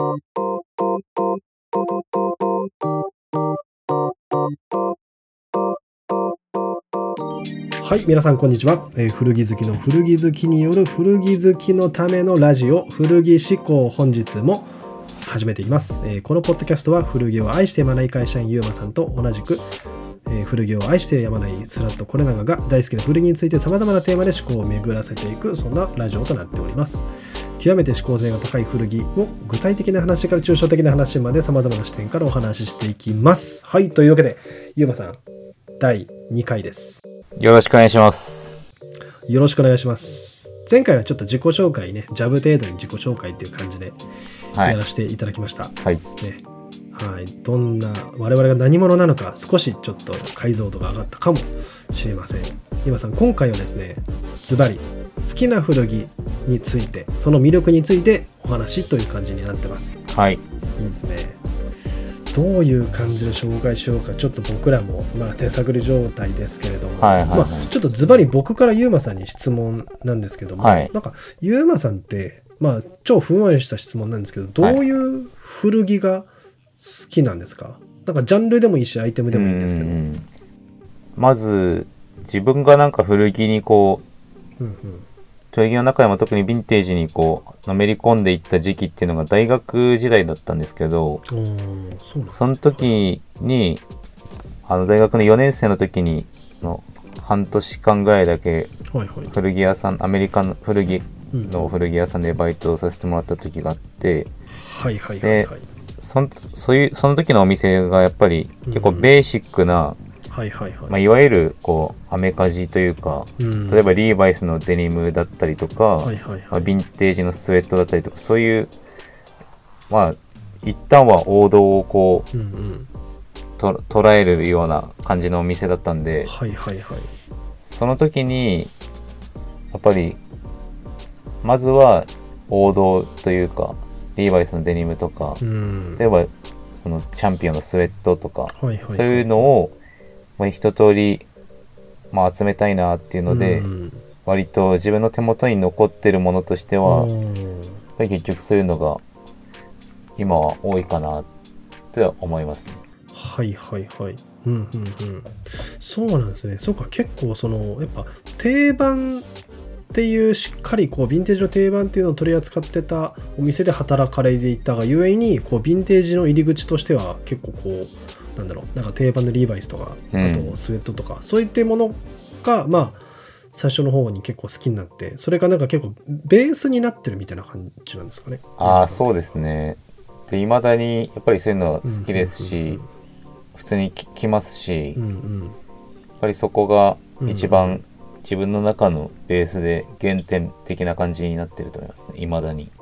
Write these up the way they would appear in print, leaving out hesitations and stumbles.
はい、皆さんこんにちは。古着好きの古着好きによる古着好きのためのラジオ、古着思考、本日も始めていきます。このポッドキャストは古着を愛してやまない会社員ゆうまさんと同じく、古着を愛してやまないスラットコレナガが大好きな古着について様々なテーマで思考を巡らせていく、そんなラジオとなっております。極めて思考性が高い古着を具体的な話から抽象的な話まで様々な視点からお話ししていきます。はい、というわけでゆうまさん第2回です。 よろしくお願いします。 よろしくお願いします。前回はちょっと自己紹介ね、ジャブ程度に自己紹介っていう感じでやらせていただきました。 はい。 ね、はい。どんな我々が何者なのか少しちょっと解像度が上がったかもしれません。今さん、今回はですね、ズバリ好きな古着について、その魅力についてお話という感じになってます。 はい。 いいですね。どういう感じで紹介しようか、ちょっと僕らも手探り状態ですけれども、ちょっとズバリ僕からゆうまさんに質問なんですけども、なんかゆうまさんって超ふんわりした質問なんですけど、どういう古着が好きなんですか？なんかジャンルでもいいしアイテムでもいいんですけど。 まず自分がなんか古着にこう、古着の中でも特にヴィンテージにこうのめり込んでいった時期っていうのが大学時代だったんですけど、その時に大学の4年生の時にの半年間ぐらいだけ古着屋さん、アメリカの古着の古着屋さんでバイトをさせてもらった時があって、でその時のお店がやっぱり結構ベーシックな、いわゆるこうアメカジというか、例えばリーバイスのデニムだったりとか、ヴィンテージのスウェットだったりとか、そういう一旦は王道をこう、捉えるような感じのお店だったんで、その時にやっぱりまずは王道というかリーバイスのデニムとか、例えばそのチャンピオンのスウェットとか、そういうのを一通り、集めたいなっていうので、割と自分の手元に残ってるものとしては、やっぱり結局そういうのが今は多いかなって思いますね。 そうなんですね。そうか、結構やっぱ定番っていうしっかりこうヴィンテージの定番っていうのを取り扱ってたお店で働かれていたがゆえに、こうヴィンテージの入り口としては結構こうなんか定番のリーバイスとか、あとスウェットとか、そういったものが最初の方に結構好きになって、それがなんか結構ベースになってるみたいな感じなんですかね。 そうですね。で未だにやっぱりそういうのは好きですし、普通に着ますし、やっぱりそこが一番自分の中のベースで原点的な感じになってると思いますね、未だに。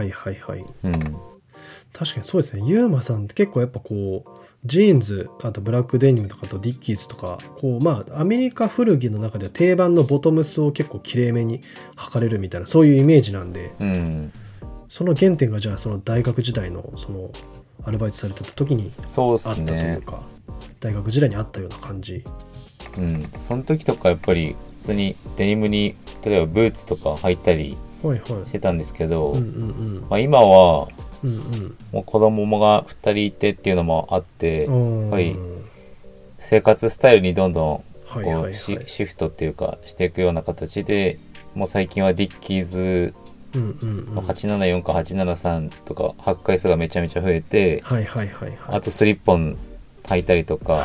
確かにそうですね。ゆうまさんって結構やっぱこうジーンズ、あとブラックデニムとかとディッキーズとか、こうアメリカ古着の中では定番のボトムスを結構きれいめに履かれるみたいな、そういうイメージなんで、その原点がじゃあその大学時代のそのアルバイトされてた時にあったというか、大学時代にあったような感じ。 その時とかやっぱり普通にデニムに例えばブーツとか履いたりしてたんですけど、今はもう子供が2人いてっていうのもあって、やっぱり生活スタイルにどんどんこうシフトっていうかしていくような形で、もう最近はディッキーズの874か873とか履く回数がめちゃめちゃ増えて、あとスリッポン履いたりとか、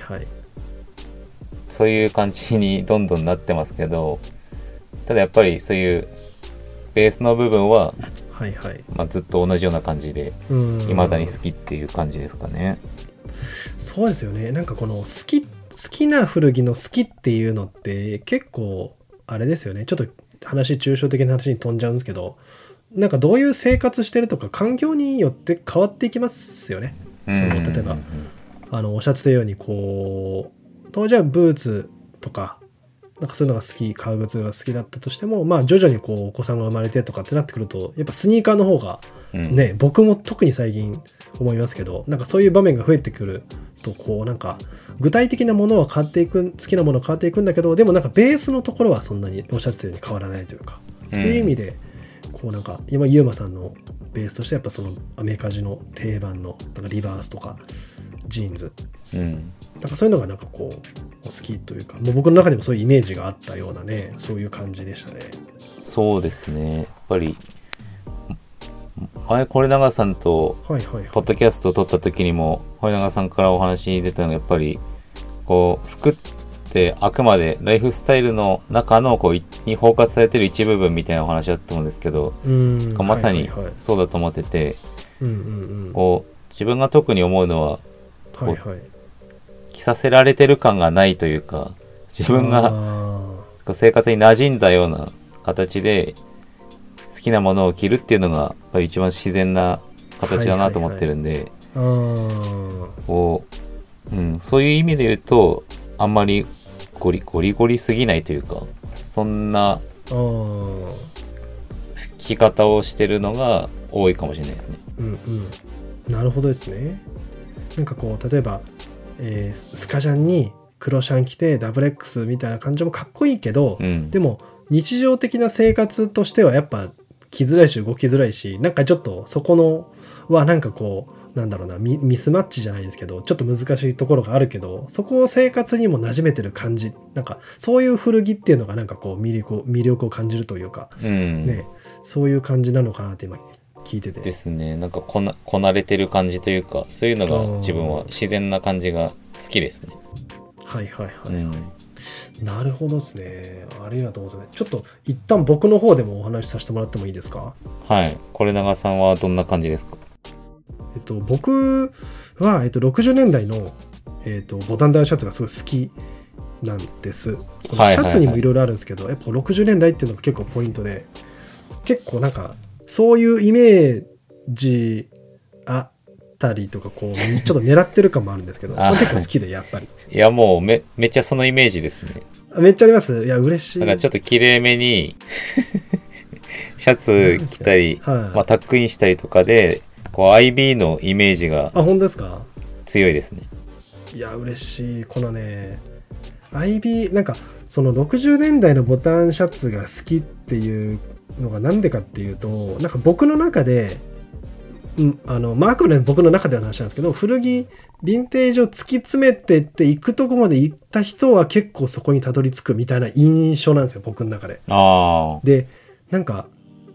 そういう感じにどんどんなってますけど、ただやっぱりそういうベースの部分はずっと同じような感じで未だに好きっていう感じですかね。 そうですよね。なんかこの好きな古着の好きっていうのって結構あれですよね。ちょっと抽象的な話に飛んじゃうんですけど、なんかどういう生活してるとか環境によって変わっていきますよね。例えばおっしゃってたようにこう当時はブーツとかなんかそういうのが好き、革靴が好きだったとしても、徐々にこうお子さんが生まれてとかってなってくると、やっぱスニーカーの方がね、僕も特に最近思いますけど、なんかそういう場面が増えてくると、こうなんか具体的なものは変わっていく、好きなものは変わっていくんだけど、でもなんかベースのところはそんなにおっしゃってたように変わらないというか、っていう意味でこうなんか今ゆうまさんのベースとしてやっぱそのアメカジの定番のなんかリバースとかジーンズ、なんかそういうのがなんかこう好きというか、もう僕の中でもそういうイメージがあったようなね、そういう感じでしたね。 そうですね。やっぱり前是永さんとポッドキャストを撮った時にも是永さんからお話出たのが、やっぱりこう服ってあくまでライフスタイルの中のこうに包括されてる一部分みたいなお話だったと思うんですけど、まさにそうだと思ってて、こう自分が特に思うのは、着させられてる感がないというか、自分が生活に馴染んだような形で好きなものを着るっていうのがやっぱり一番自然な形だなと思ってるんで、そういう意味で言うとあんまりゴリゴリすぎないというか、そんな着方をしてるのが多いかもしれないですね。 なるほどですね。なんかこう例えば、スカジャンに黒シャン着てダブル X みたいな感じもかっこいいけど、でも日常的な生活としてはやっぱ着づらいし動きづらいし、なんかちょっとそこのはなんかこうなんだろうな、ミスマッチじゃないですけど、ちょっと難しいところがあるけど、そこを生活にも馴染めてる感じ、なんかそういう古着っていうのがなんかこう魅力を感じるというか、ね、そういう感じなのかなって今聞いててですね。なんかこなれてる感じというか、そういうのが自分は自然な感じが好きですね。 なるほどですね。ありがとうございます。ちょっと一旦僕の方でもお話しさせてもらってもいいですか？ はい。是永さんはどんな感じですか？ 僕は、60年代の、ボタンダウンシャツがすごい好きなんです。シャツにもいろいろあるんですけど、やっぱ60年代っていうのが結構ポイントで、結構なんかそういうイメージあったりとか、こうちょっと狙ってる感もあるんですけど結構好きで、やっぱりいやもうめっちゃそのイメージですね。 めっちゃあります。いや嬉しい。 なんかちょっと綺麗めにシャツ着たり、タックインしたりとかでこう IB のイメージが本当ですか？ 強いですね。 いや嬉しい。このね IB なんかその60年代のボタンシャツが好きっていうのがなんでかっていうと、なんか僕の中であくまで僕の中では話なんですけど、古着ヴィンテージを突き詰めてって行くとこまで行った人は結構そこにたどり着くみたいな印象なんですよ、僕の中で。でなんか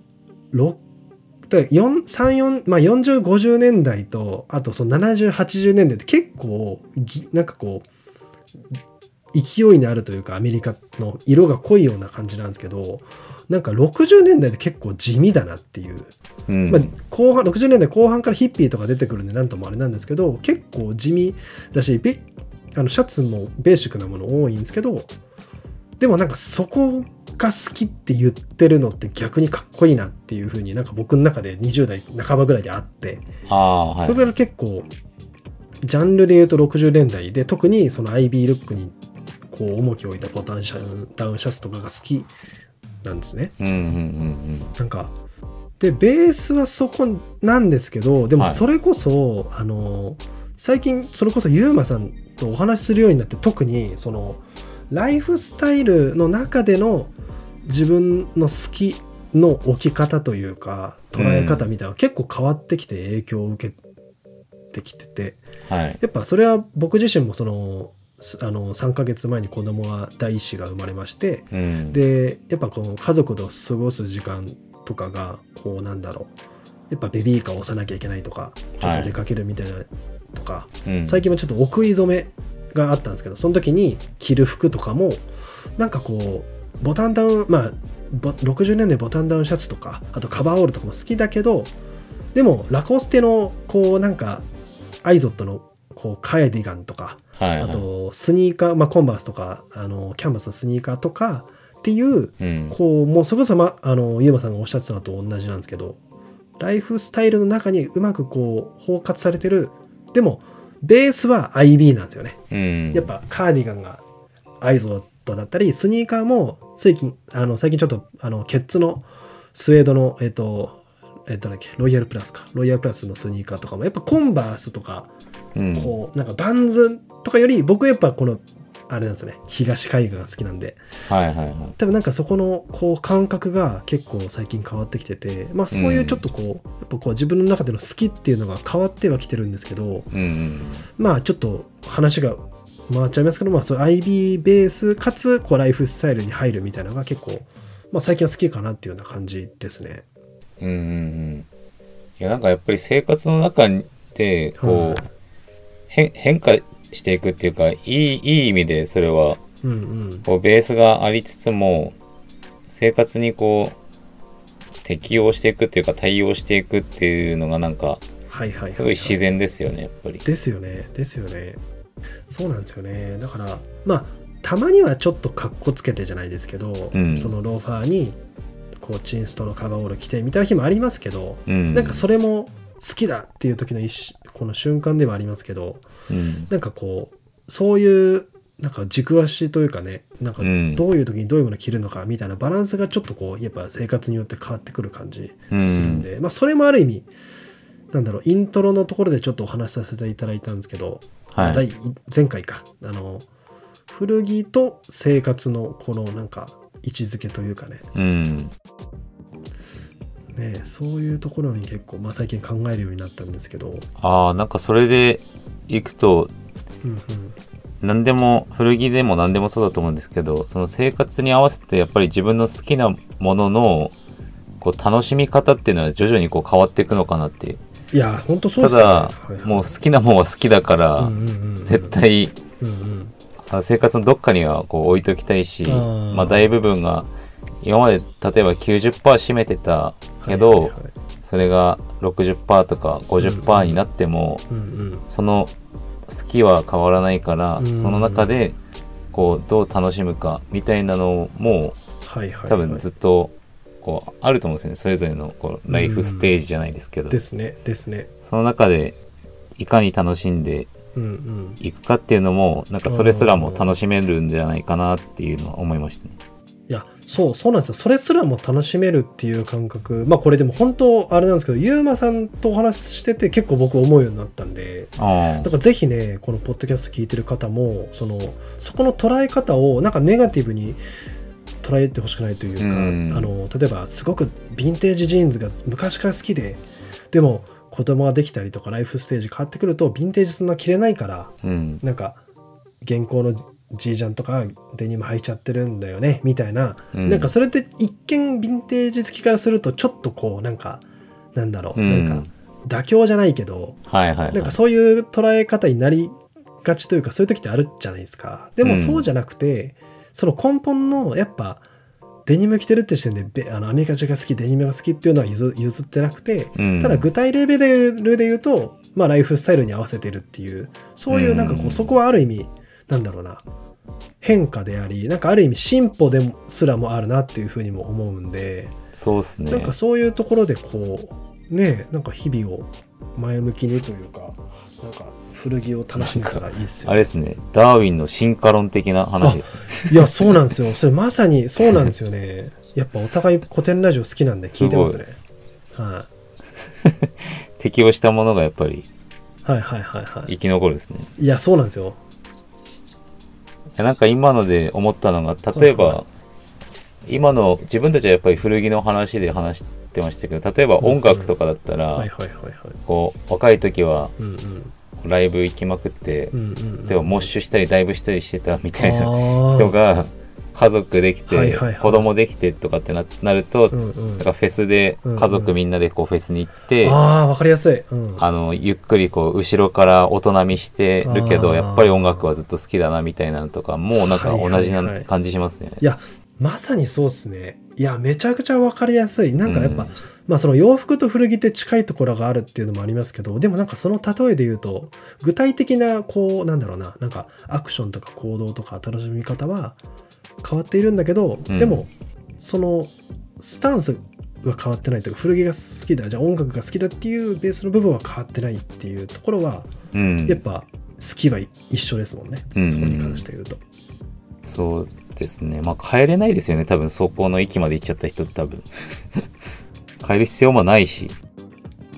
40、50年代とあとその70、80年代って結構なんかこう勢いにあるというか、アメリカの色が濃いような感じなんですけど、なんか60年代で結構地味だなっていう、後半60年代後半からヒッピーとか出てくるんでなんともあれなんですけど、結構地味だしシャツもベーシックなもの多いんですけど、でもなんかそこが好きって言ってるのって逆にかっこいいなっていう風になんか僕の中で20代半ばぐらいであって、それが結構ジャンルで言うと60年代で、特にその IB ルックにこう重きを置いたボタンダウンシャツとかが好きなんですね。なんかでベースはそこなんですけど、でもそれこそ、最近それこそユーマさんとお話しするようになって、特にそのライフスタイルの中での自分の好きの置き方というか捉え方みたいなのが結構変わってきて影響を受けてきてて、やっぱそれは僕自身もその3ヶ月前に子供が第一子が生まれまして、でやっぱこの家族と過ごす時間とかがこうなんだろう、やっぱベビーカーを押さなきゃいけないとか、ちょっと出かけるみたいなとか、最近もちょっとお食い初めがあったんですけど、その時に着る服とかもなんかこうボタンダウン、60年代ボタンダウンシャツとか、あとカバーオールとかも好きだけど、でもラコステのこうなんかアイゾットのこうカーディガンとか、あとスニーカー、コンバースとかキャンバスのスニーカーとかっていう、こうもうそれこそユーマさんがおっしゃってたのと同じなんですけど、ライフスタイルの中にうまくこう包括されてる、でもベースは IB なんですよね。やっぱカーディガンがアイゾットだったり、スニーカーも最近ちょっとケッツのスウェードのロイヤルプラスのスニーカーとかもやっぱコンバースとか、こうなんかバンズとかより僕やっぱこのあれなんですよね、東海岸が好きなんで、 はいはいはい。 多分なんかそこのこう感覚が結構最近変わってきてて、まあそういうちょっとこう、やっぱこう自分の中での好きっていうのが変わってはきてるんですけど、 うんうん。 まあちょっと話が回っちゃいますけど、まあそう IB ベースかつこうライフスタイルに入るみたいなのが結構、まあ最近は好きかなっていうような感じですね。 うんうんうん。いやなんかやっぱり生活の中でこう、 はい、 変化していくっていうか、いい意味でそれは、 うんうん、 こうベースがありつつも生活にこう適応していくっていうか対応していくっていうのがなんかはいはいはい、はい、 すごい自然ですよね、やっぱり。 ですよねですよね。そうなんですよね。だからまあたまにはちょっとカッコつけてじゃないですけど、 うん、 そのローファーにこうチンストのカバーオール着てみたいな日もありますけど、 うん、 なんかそれも好きだっていう時のこの瞬間ではありますけど、 うん、 なんかこうそういうなんか軸足というかね、なんかどういう時にどういうものを着るのかみたいなバランスがちょっとこうやっぱ生活によって変わってくる感じするんで、まあそれもある意味なんだろう、イントロのところでちょっとお話しさせていただいたんですけど、 はい、 前回か古着と生活のこのなんか位置づけというかね、 うん、 ね、そういうところに結構、まあ、最近考えるようになったんですけど、 ああなんかそれでいくと、 うんうん、 何でも古着でも何でもそうだと思うんですけど、その生活に合わせてやっぱり自分の好きなもののこう楽しみ方っていうのは徐々にこう変わっていくのかなっていう。 いや本当そうですね。 ただ、 はいはい、 もう好きなもんは好きだから、 うんうんうんうん、 絶対、 うんうん、 生活のどっかにはこう置いときたいし、まあ大部分が今まで例えば 90% 占めてたけど、はいはいはい、それが 60% とか 50% になっても、うんうん、その好きは変わらないから、うんうん、その中でこうどう楽しむかみたいなのも、はいはいはい、多分ずっとこうあると思うんですよね。それぞれのこうライフステージじゃないですけど、 ですねですね。 その中でいかに楽しんでいくかっていうのも、なんかそれすらも楽しめるんじゃないかなっていうのは思いましたね。 いやそうなんですよ。それすらも楽しめるっていう感覚、まあこれでも本当あれなんですけど、ゆうまさんとお話ししてて結構僕思うようになったんで、だからぜひねこのポッドキャスト聞いてる方もそこの捉え方をなんかネガティブに捉えてほしくないというか、例えばすごくヴィンテージジーンズが昔から好きで、でも子供ができたりとかライフステージ変わってくるとヴィンテージそんな着れないから、なんか現行のジージャンとかデニム履いちゃってるんだよねみたいな、なんかそれって一見ヴィンテージ好きからするとちょっとこうなんかなんだろう、なんか妥協じゃないけど、なんかそういう捉え方になりがちというか、そういう時ってあるじゃないですか。でもそうじゃなくて、その根本のやっぱデニム着てるって時点でアメリカ人が好き、デニムが好きっていうのは譲ってなくて、ただ具体レベルで言うと、まあライフスタイルに合わせてるっていう、そういうなんかこう、そこはある意味なんだろうな、変化であり、なんかある意味進歩ですらもあるなっていうふうにも思うんで、 そうですね。 なんかそういうところでこうね、なんか日々を前向きにというか、なんか古着を楽しめたらいいっすよ。 あれですね、ダーウィンの進化論的な話ですね。 いやそうなんですよ。それまさにそうなんですよね。やっぱお互い古典ラジオ好きなんで聞いてますね。はい。 適応したものがやっぱりはいはいはいはい。 生き残るですね。 いやそうなんですよ。 いやなんか今ので思ったのが、例えば、はいはい、今の自分たちはやっぱり古着の話で話してましたけど、例えば音楽とかだったら、こう若い時はライブ行きまくって、でもモッシュしたりダイブしたりしてたみたいな人が家族できて、子供できてとかって なると、なんかフェスで家族みんなでこうフェスに行って、 わかりやすい、 ゆっくりこう後ろから大人見してるけど、やっぱり音楽はずっと好きだなみたいなのとかもうなんか同じな感じしますね。 いやまさにそうですね。いやめちゃくちゃ分かりやすい。なんかやっぱ、まあその洋服と古着って近いところがあるっていうのもありますけど、でもなんかその例えで言うと具体的なこうなんだろうな、なんかアクションとか行動とか楽しみ方は変わっているんだけど、でもそのスタンスは変わってないというか、古着が好きだ、じゃあ音楽が好きだっていうベースの部分は変わってないっていうところは、やっぱ好きは一緒ですもんね、そこに関して言うと。 そうですね。まあ変えれないですよね、多分そこの域まで行っちゃった人って多分変える必要もないし、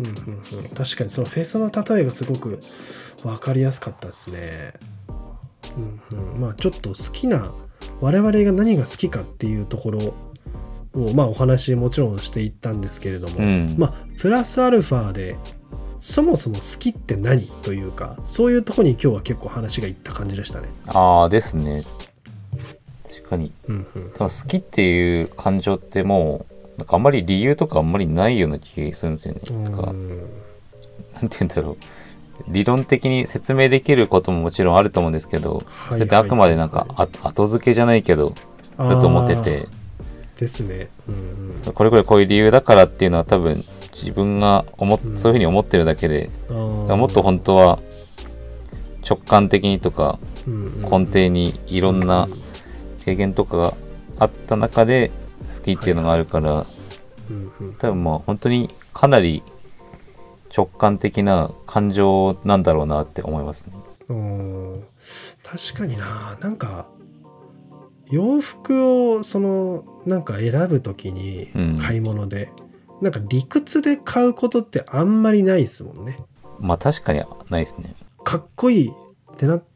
確かにそのフェスの例えがすごく分かりやすかったですね。 まあちょっと好きな我々が何が好きかっていうところをまあお話もちろんしていったんですけれども、まあプラスアルファでそもそも好きって何というか、そういうところに今日は結構話がいった感じでしたね。 ですね。確かに。好きっていう感情ってもうなんかあんまり理由とかあんまりないような気がするんですよね。なんて言うんだろう。理論的に説明できることももちろんあると思うんですけど、それってあくまでなんか後付けじゃないけどだと思ってて。 ですね。 これこういう理由だからっていうのは多分自分がそういうふうに思ってるだけで、もっと本当は直感的にとか根底にいろんな経験とかがあった中で好きっていうのがあるから、多分まあ本当にかなり直感的な感情なんだろうなって思いますね。 確かになんか洋服をなんか選ぶときに買い物で、なんか理屈で買うことってあんまりないですもんね。 まあ確かにないですね。 かっこいいってなって、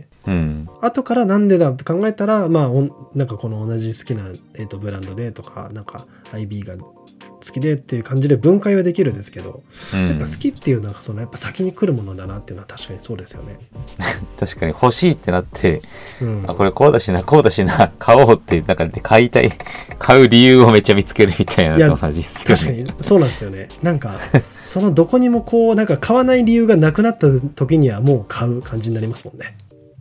後からなんでだって考えたら、まあなんかこの同じ好きな、ブランドでとか、なんか IB が好きでっていう感じで分解はできるんですけど、やっぱ好きっていうのはやっぱ先に来るものだなっていうのは確かにそうですよね。 確かに欲しいってなって、これこうだしな買おうってなんか買う理由をめっちゃ見つけるみたいなのと同じですよね。 確かにそうなんですよね。なんかそのどこにもこうなんか買わない理由がなくなった時にはもう買う感じになりますもんね。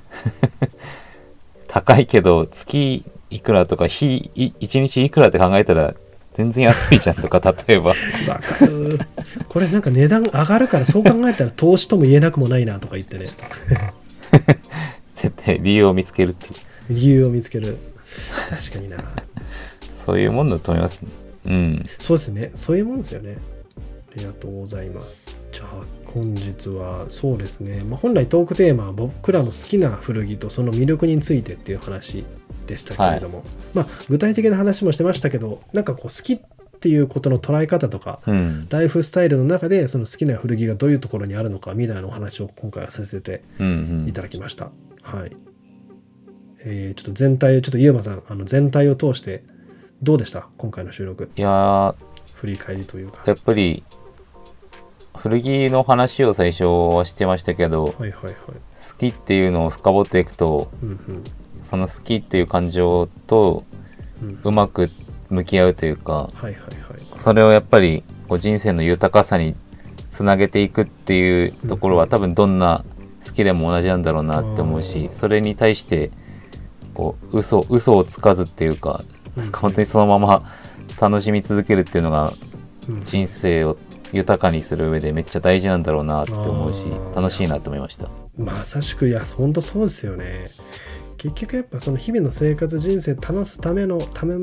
高いけど月いくらとか1日いくらって考えたら全然安いじゃんとか、例えばわかる。これなんか値段上がるからそう考えたら投資とも言えなくもないなとか言ってね。 絶対理由を見つけるっていう。 理由を見つける。確かにな。 そういうもんだと思いますね。 そうですね。そういうもんですよね。ありがとうございます。じゃあ本日はそうですね、本来トークテーマは僕らの好きな古着とその魅力についてっていう話でしたけれども、具体的な話もしてましたけど、なんかこう好きっていうことの捉え方とか、ライフスタイルの中でその好きな古着がどういうところにあるのかみたいなお話を今回はさせていただきました。はい。ちょっと全体をゆうまさん全体を通してどうでした今回の収録？ いや振り返りというか、 やっぱり古着の話を最初はしてましたけど、好きっていうのを深掘っていくと、その好きっていう感情とうまく向き合うというか、それをやっぱり人生の豊かさにつなげていくっていうところは多分どんな好きでも同じなんだろうなって思うし、それに対して嘘をつかずっていうか、本当にそのまま楽しみ続けるっていうのが人生を豊かにする上でめっちゃ大事なんだろうなって思うし、楽しいなと思いました。 まさしく、いや本当そうですよね。結局やっぱその日々の生活人生楽しむための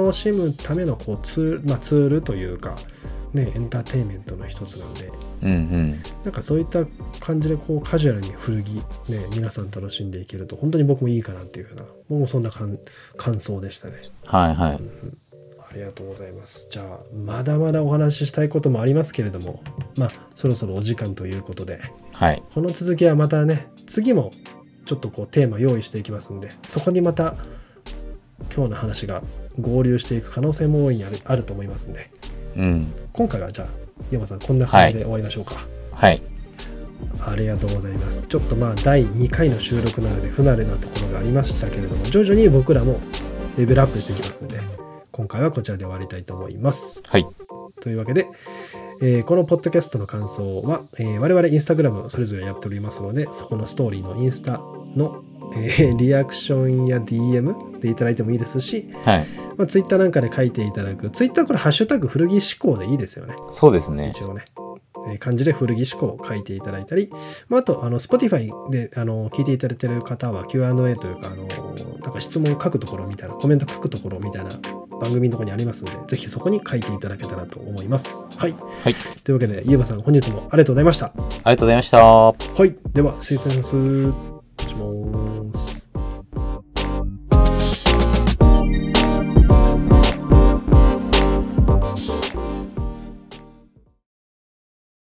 ツールというかね、エンターテインメントの一つなんで、なんかそういった感じでカジュアルに古着ね皆さん楽しんでいけると本当に僕もいいかなっていうふうな、僕もそんな感想でしたね。ありがとうございます。じゃあまだまだお話ししたいこともありますけれども、そろそろお時間ということで、この続きはまたね次もちょっとテーマ用意していきますんで、そこにまた今日の話が合流していく可能性も大いにあると思いますんで、今回はじゃあ山さんこんな感じで終わりましょうか。ありがとうございます。ちょっと第2回の収録なので不慣れなところがありましたけれども、徐々に僕らもレベルアップしていきますんで、今回はこちらで終わりたいと思います。というわけで、このポッドキャストの感想は、我々インスタグラムそれぞれやっておりますので、そこのストーリーのインスタの、リアクションや DM でいただいてもいいですし、ツイッターなんかで書いていただく、ツイッターこれハッシュタグ古着思考でいいですよね。 そうですね。 一応ね、漢字で古着思考を書いていただいたり、あとSpotify で聞いていただいている方は Q&A というかなんか質問を書くところみたいな、コメント書くところみたいな番組のところにありますので、ぜひそこに書いていただけたらと思います。というわけでゆうまさん本日もありがとうございました。 ありがとうございました。 では失礼いたします。